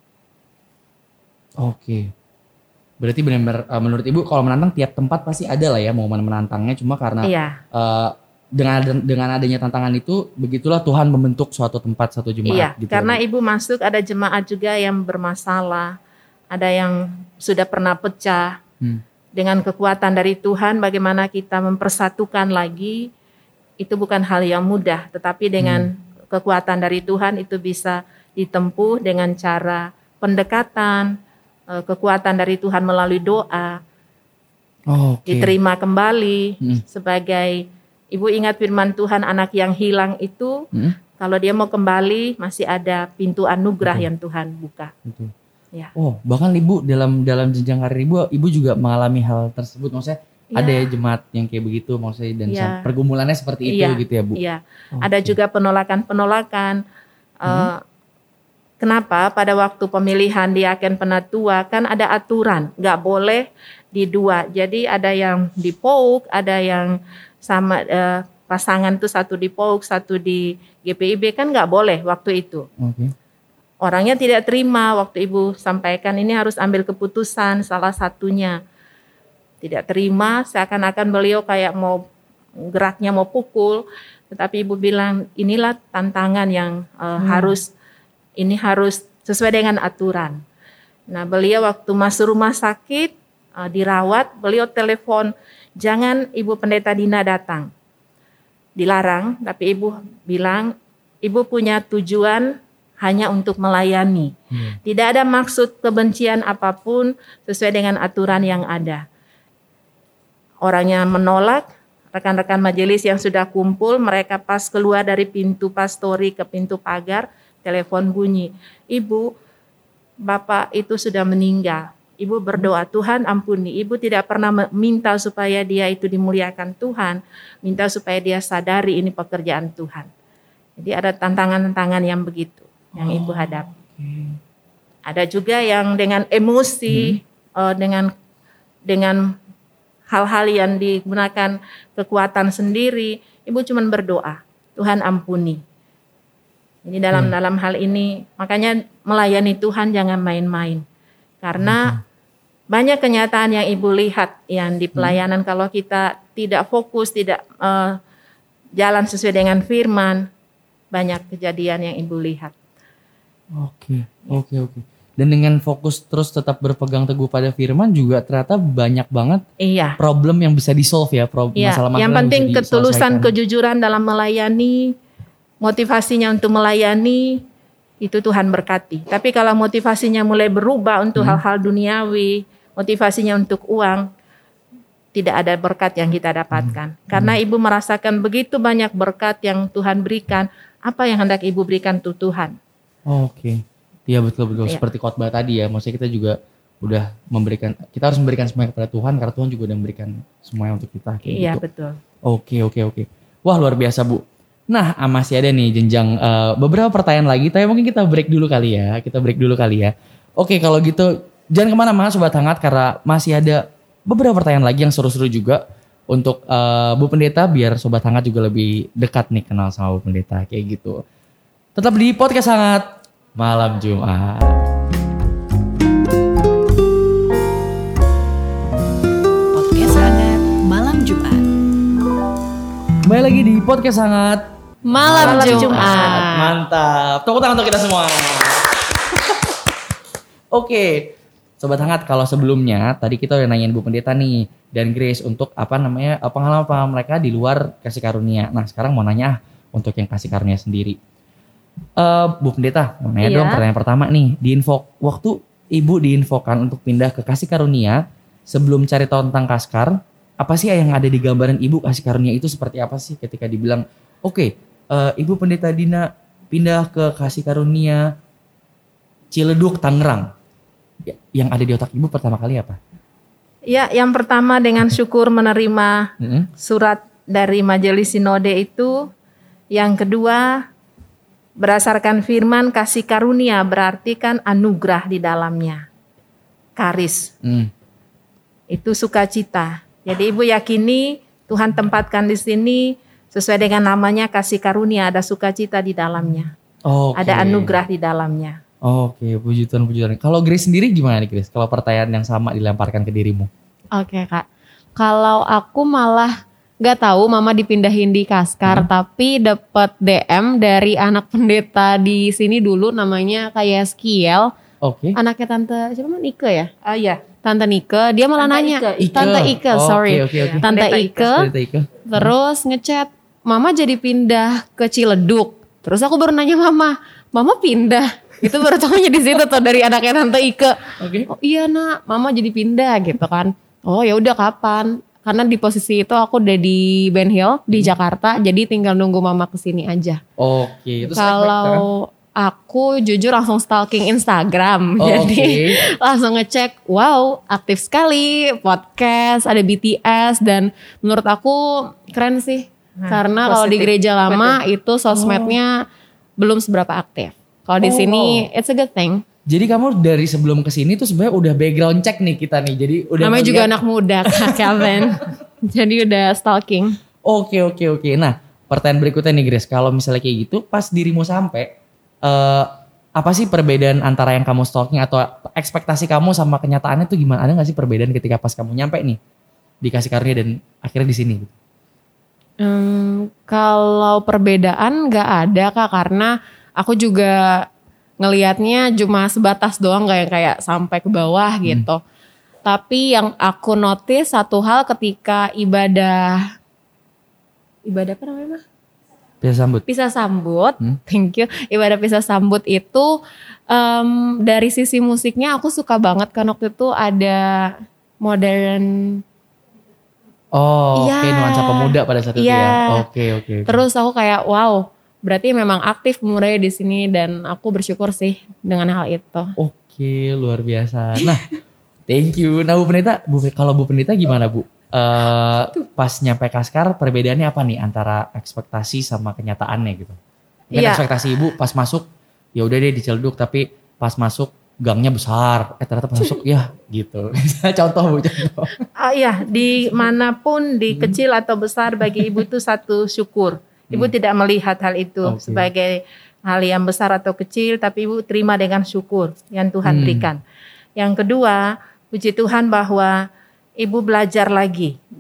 Oke. Berarti benar-benar menurut Ibu kalau menantang tiap tempat pasti ada lah ya momen menantangnya, cuma karena dengan adanya tantangan itu begitulah Tuhan membentuk suatu tempat, satu jemaat gitu. Karena Ibu masuk ada jemaat juga yang bermasalah, ada yang sudah pernah pecah. Dengan kekuatan dari Tuhan bagaimana kita mempersatukan lagi, itu bukan hal yang mudah, tetapi dengan kekuatan dari Tuhan itu bisa ditempuh dengan cara pendekatan, kekuatan dari Tuhan melalui doa, diterima kembali. Sebagai Ibu ingat firman Tuhan, anak yang hilang itu kalau dia mau kembali masih ada pintu anugerah yang Tuhan buka. Ya. Bahkan Ibu dalam jenjang karir Ibu juga mengalami hal tersebut, maksudnya ada ya jemaat yang kayak begitu maksudnya dan pergumulannya seperti itu gitu ya Bu. Iya. Ada juga penolakan. Kenapa pada waktu pemilihan diaken penatua kan ada aturan, nggak boleh di dua. Jadi ada yang di POUK, ada yang sama pasangan tuh satu di POUK, satu di GPIB, kan nggak boleh waktu itu. Orangnya tidak terima waktu Ibu sampaikan ini harus ambil keputusan salah satunya. Tidak terima, seakan-akan beliau kayak mau geraknya mau pukul, tetapi Ibu bilang inilah tantangan yang harus sesuai dengan aturan. Nah beliau waktu masuk rumah sakit, dirawat, beliau telepon, jangan Ibu Pendeta Dina datang. Dilarang, tapi Ibu bilang, Ibu punya tujuan hanya untuk melayani. Tidak ada maksud kebencian apapun sesuai dengan aturan yang ada. Orangnya menolak, rekan-rekan majelis yang sudah kumpul, mereka pas keluar dari pintu pastori ke pintu pagar, telepon bunyi, Ibu, Bapak itu sudah meninggal. Ibu berdoa, Tuhan ampuni. Ibu tidak pernah minta supaya dia itu dimuliakan Tuhan, minta supaya dia sadari ini pekerjaan Tuhan. Jadi ada tantangan-tantangan yang begitu, yang Ibu hadapi. Ada juga yang dengan emosi, dengan hal-hal yang digunakan kekuatan sendiri, Ibu cuma berdoa, Tuhan ampuni. Jadi dalam hal ini, makanya melayani Tuhan jangan main-main. Karena banyak kenyataan yang Ibu lihat yang di pelayanan kalau kita tidak fokus, tidak jalan sesuai dengan firman, banyak kejadian yang ibu lihat. Oke. Dan dengan fokus terus tetap berpegang teguh pada firman juga ternyata banyak banget problem yang bisa di-solve ya. Masalah-masalah yang penting bisa ketulusan, kejujuran dalam melayani, motivasinya untuk melayani, itu Tuhan berkati. Tapi kalau motivasinya mulai berubah untuk hal-hal duniawi, motivasinya untuk uang, tidak ada berkat yang kita dapatkan. Karena ibu merasakan begitu banyak berkat yang Tuhan berikan, apa yang hendak ibu berikan untuk Tuhan? Oke. Iya betul. Seperti khotbah tadi ya, maksudnya kita juga udah memberikan, kita harus memberikan semuanya kepada Tuhan karena Tuhan juga udah memberikan semuanya untuk kita. Iya gitu. betul. Oke. Wah luar biasa Bu. Nah masih ada nih jenjang beberapa pertanyaan lagi, tapi mungkin kita break dulu kali ya. Oke kalau gitu jangan kemana-mana Sobat Hangat karena masih ada beberapa pertanyaan lagi yang seru-seru juga untuk Bu Pendeta biar Sobat Hangat juga lebih dekat nih kenal sama Bu Pendeta kayak gitu. Tetap di Podcast Hangat Malam Jumat. Podcast Hangat Malam Jumat. Kembali lagi di Podcast Hangat Malam Jumat. Mantap. Tepuk tangan untuk kita semua. Oke. Sobat Hangat, kalau sebelumnya tadi kita udah nanyain Bu Pendeta nih dan Grace untuk pengalaman mereka di luar kasih karunia. Nah, sekarang mau nanya untuk yang kasih karunia sendiri. Bu Pendeta, mau nanya dong pertanyaan pertama nih. Waktu Ibu diinfokan untuk pindah ke kasih karunia, sebelum cari tahu tentang Kaskar, apa sih yang ada di gambaran Ibu kasih karunia itu seperti apa sih ketika dibilang, oke, Ibu Pendeta Dina pindah ke kasih karunia Ciledug, Tangerang. Yang ada di otak Ibu pertama kali apa? Ya, yang pertama dengan syukur menerima surat dari Majelis Sinode itu. Yang kedua, berdasarkan firman kasih karunia berarti kan anugerah di dalamnya. Karis. Itu sukacita. Jadi Ibu yakini Tuhan tempatkan di sini sesuai dengan namanya kasih karunia, ada sukacita di dalamnya. Ada anugerah di dalamnya. Oke, puji-Tuhan. Kalau Grace sendiri gimana nih Grace? Kalau pertanyaan yang sama dilemparkan ke dirimu. Oke Kak, kalau aku malah gak tahu mama dipindahin di Kaskar, tapi dapat DM dari anak pendeta di sini dulu namanya kayak Skiel. Oke. Anaknya tante siapa namanya Ike ya? Iya. Tante Nike, dia malah nanya. Tante Ike, sorry. Okay. Tante Ike. Terus ngechat, mama jadi pindah ke Ciledug. Terus aku baru nanya mama pindah. Itu baru tahunya di situ tuh dari anaknya Tante Ike. Oh iya nak, mama jadi pindah gitu kan. Oh ya udah kapan? Karena di posisi itu aku udah di Ben Hill di Jakarta, jadi tinggal nunggu mama kesini aja. Oke. Kalau aku jujur langsung stalking Instagram, jadi langsung ngecek, wow aktif sekali podcast, ada BTS dan menurut aku keren sih. Karena kalau di gereja lama itu sosmednya belum seberapa aktif. Kalau di sini it's a good thing. Jadi kamu dari sebelum kesini tuh sebenarnya udah background check nih kita nih. Jadi udah namanya juga anak muda Kak Kevin. Jadi udah stalking. Oke. Nah pertanyaan berikutnya nih Grace. Kalau misalnya kayak gitu pas dirimu sampai apa sih perbedaan antara yang kamu stalking atau ekspektasi kamu sama kenyataannya tuh gimana? Ada gak sih perbedaan ketika pas kamu nyampe nih dikasih karunia dan akhirnya di sini? Kalau perbedaan gak ada Kak, karena aku juga ngelihatnya cuma sebatas doang, gak yang kayak sampai ke bawah gitu. Tapi yang aku notice satu hal ketika ibadah apa namanya? Pisah sambut. Thank you. Ibadah pisah sambut itu dari sisi musiknya aku suka banget kan, waktu itu ada modern. Nuansa pemuda pada saat itu ya. Oke. Terus aku kayak wow. Berarti memang aktif pemudanya di sini dan aku bersyukur sih dengan hal itu. Oke, luar biasa. Nah, thank you. Nah, kalau Bu Pendeta gimana Bu? Pas nyampe Kaskar perbedaannya apa nih antara ekspektasi sama kenyataannya gitu? Ekspektasi Ibu pas masuk ya udah deh di Ciledug, tapi pas masuk gangnya besar. Ternyata pas masuk ya gitu. Contoh Bu. Iya, dimanapun di kecil atau besar bagi Ibu itu satu syukur. Ibu tidak melihat hal itu sebagai hal yang besar atau kecil, tapi Ibu terima dengan syukur yang Tuhan berikan. Yang kedua, puji Tuhan bahwa Ibu belajar lagi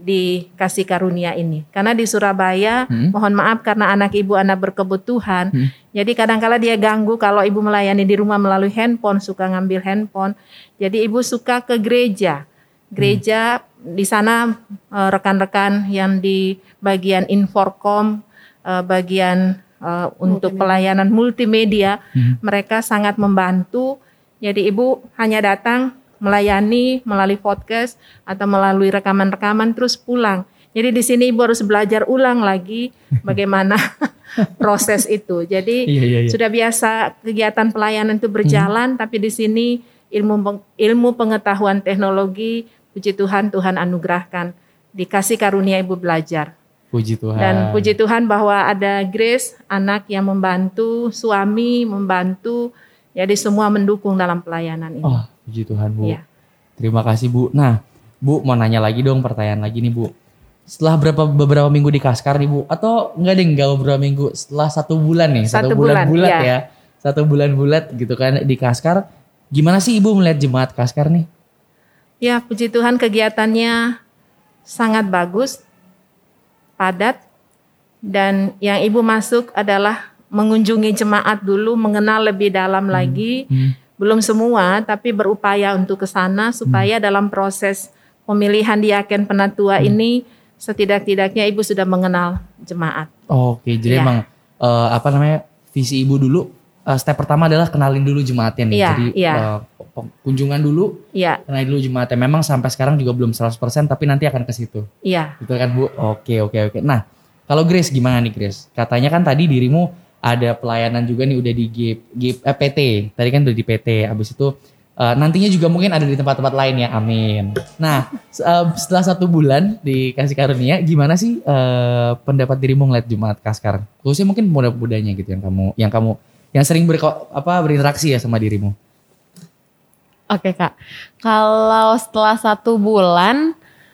di kasih karunia ini. Karena di Surabaya, mohon maaf karena anak ibu anak berkebutuhan, jadi kadang-kala dia ganggu kalau ibu melayani di rumah melalui handphone, suka ngambil handphone. Jadi ibu suka ke gereja. Gereja di sana rekan-rekan yang di bagian Inforkom, bagian untuk pelayanan multimedia, mereka sangat membantu. Jadi ibu hanya datang melayani melalui podcast atau melalui rekaman-rekaman terus pulang. Jadi di sini ibu harus belajar ulang lagi bagaimana proses itu. Jadi sudah biasa kegiatan pelayanan itu berjalan, tapi di sini ilmu pengetahuan teknologi, puji Tuhan, Tuhan anugerahkan. Dikasih karunia ibu belajar. Puji Tuhan. Dan puji Tuhan bahwa ada Grace, anak yang membantu, suami membantu, jadi semua mendukung dalam pelayanan ini. Oh, puji Tuhan Bu. Ya. Terima kasih Bu. Nah Bu mau nanya lagi dong, pertanyaan lagi nih Bu. Setelah beberapa minggu di Kaskar nih Bu, atau enggak beberapa minggu, setelah 1 bulan nih, 1 bulan bulat ya. 1 bulan bulat gitu kan di Kaskar. Gimana sih Ibu melihat jemaat Kaskar nih? Ya, puji Tuhan kegiatannya sangat bagus, padat, dan yang Ibu masuk adalah mengunjungi jemaat dulu, mengenal lebih dalam lagi. Belum semua, tapi berupaya untuk ke sana supaya dalam proses pemilihan diaken penatua ini setidak-tidaknya Ibu sudah mengenal jemaat. Oke, jadi emang visi Ibu dulu step pertama adalah kenalin dulu jemaatnya nih. Jadi kunjungan dulu, kenalin dulu jemaatnya. Memang sampai sekarang juga belum 100%, tapi nanti akan ke situ. Iya. Betul kan Bu? Oke. Nah, kalau Grace gimana nih Grace? Katanya kan tadi dirimu ada pelayanan juga nih udah di PT. Tadi kan udah di PT. Abis itu nantinya juga mungkin ada di tempat-tempat lain ya. Amin. Nah, setelah 1 bulan dikasih karunia, gimana sih pendapat dirimu ngeliat jemaat Kaskar? Khususnya mungkin muda-mudanya gitu yang sering berinteraksi ya sama dirimu. Oke Kak, kalau setelah 1 bulan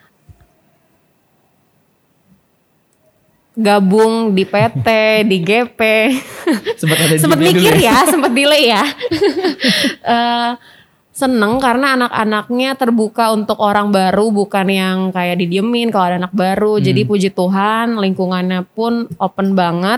gabung di PT, di GP, sempat mikir ya, sempat delay ya. Seneng karena anak-anaknya terbuka untuk orang baru, bukan yang kayak didiemin kalau ada anak baru. Jadi puji Tuhan lingkungannya pun open banget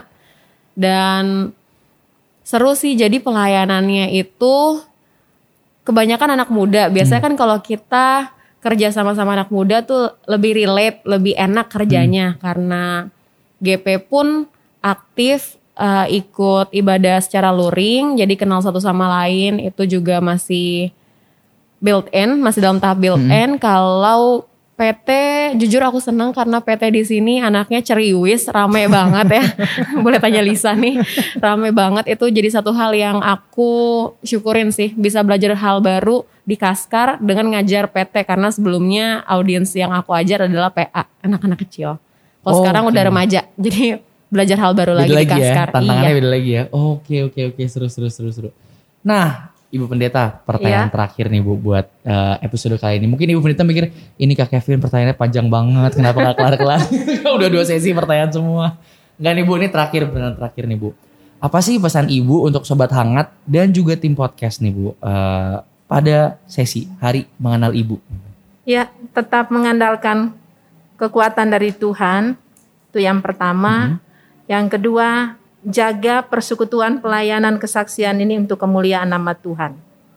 dan seru sih. Jadi pelayanannya itu kebanyakan anak muda. Biasanya kan kalau kita kerja sama-sama anak muda tuh lebih relate, lebih enak kerjanya karena GP pun aktif ikut ibadah secara luring, jadi kenal satu sama lain itu juga masih built-in, masih dalam tahap built-in. Kalau PT, jujur aku senang karena PT di sini anaknya ceriwis, rame banget ya. Boleh tanya Lisa nih, rame banget. Itu jadi satu hal yang aku syukurin sih, bisa belajar hal baru di Kaskar dengan ngajar PT, karena sebelumnya audiens yang aku ajar adalah PA, anak-anak kecil. Kalau sekarang udah remaja, jadi belajar hal baru lagi di Kaskar. Ya, tantangannya beda lagi ya. Oke, seru. Nah, Ibu Pendeta, pertanyaan terakhir nih Bu buat episode kali ini. Mungkin Ibu Pendeta mikir, ini Kak Kevin pertanyaannya panjang banget, kenapa gak kelar-kelar? Udah 2 sesi pertanyaan semua. Enggak nih Bu, ini pertanyaan terakhir nih Bu. Apa sih pesan Ibu untuk Sobat Hangat dan juga tim podcast nih Bu pada sesi Hari Mengenal Ibu? Ya, tetap mengandalkan kekuatan dari Tuhan, itu yang pertama. Yang kedua, jaga persekutuan pelayanan kesaksian ini untuk kemuliaan nama Tuhan.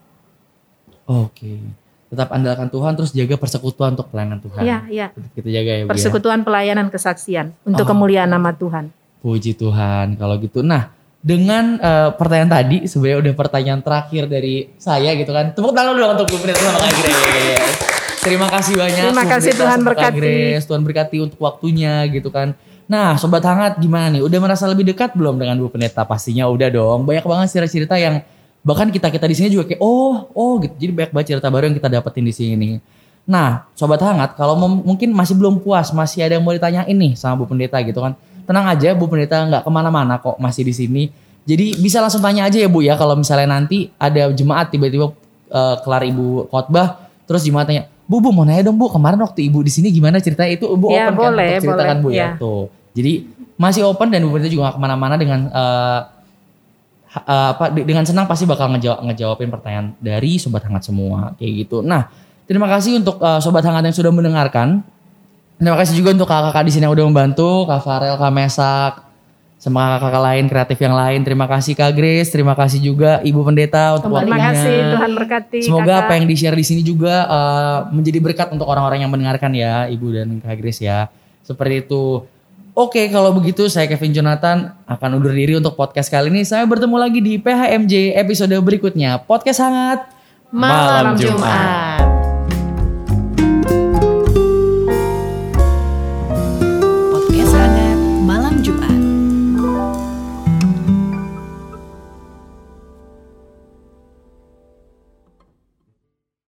Oke. Tetap andalkan Tuhan, terus jaga persekutuan untuk pelayanan Tuhan. Iya. Kita jaga ya Bu. Persekutuan pelayanan kesaksian untuk kemuliaan nama Tuhan. Puji Tuhan kalau gitu. Nah, dengan pertanyaan tadi sebenarnya udah pertanyaan terakhir dari saya gitu kan. Tepuk tangan dulu untuk Bu Pendeta sama Kak Grace. Terima kasih banyak. Terima kasih, Tuhan berkati. Tuhan berkati untuk waktunya gitu kan. Nah, Sobat Hangat gimana nih? Udah merasa lebih dekat belum dengan Bu Pendeta? Pastinya udah dong. Banyak banget cerita-cerita yang bahkan kita di sini juga kayak gitu. Jadi banyak banget cerita baru yang kita dapetin di sini. Nah, Sobat Hangat, kalau mungkin masih belum puas, masih ada yang mau ditanyain nih sama Bu Pendeta gitu kan. Tenang aja, Bu Pendeta nggak kemana-mana kok, masih di sini. Jadi bisa langsung tanya aja ya Bu ya, kalau misalnya nanti ada jemaat tiba-tiba kelar Ibu khotbah, terus jemaat tanya, Bu mau nanya dong Bu, kemarin waktu Ibu di sini gimana ceritanya, itu Ibu ya, open boleh, kan untuk ceritakan Bu ya. Tuh. Jadi masih open dan Bu Pendeta juga gak kemana-mana dengan dengan senang pasti bakal ngejawabin pertanyaan dari Sobat Hangat semua kayak gitu. Nah, terima kasih untuk Sobat Hangat yang sudah mendengarkan Terima kasih juga untuk kakak-kakak di sini yang udah membantu, Kak Farel, Kak Mesak, sama kakak-kakak lain kreatif yang lain. Terima kasih Kak Grace, terima kasih juga Ibu Pendeta untuk waktunya. Terima kasih, Tuhan berkati. Semoga kakak. apa yang di-share di sini juga menjadi berkat untuk orang-orang yang mendengarkan ya, Ibu dan Kak Grace ya. Seperti itu. Oke, kalau begitu saya Kevin Jonathan akan undur diri untuk podcast kali ini. Saya bertemu lagi di PHMJ episode berikutnya. Podcast Hangat Malam Jumat.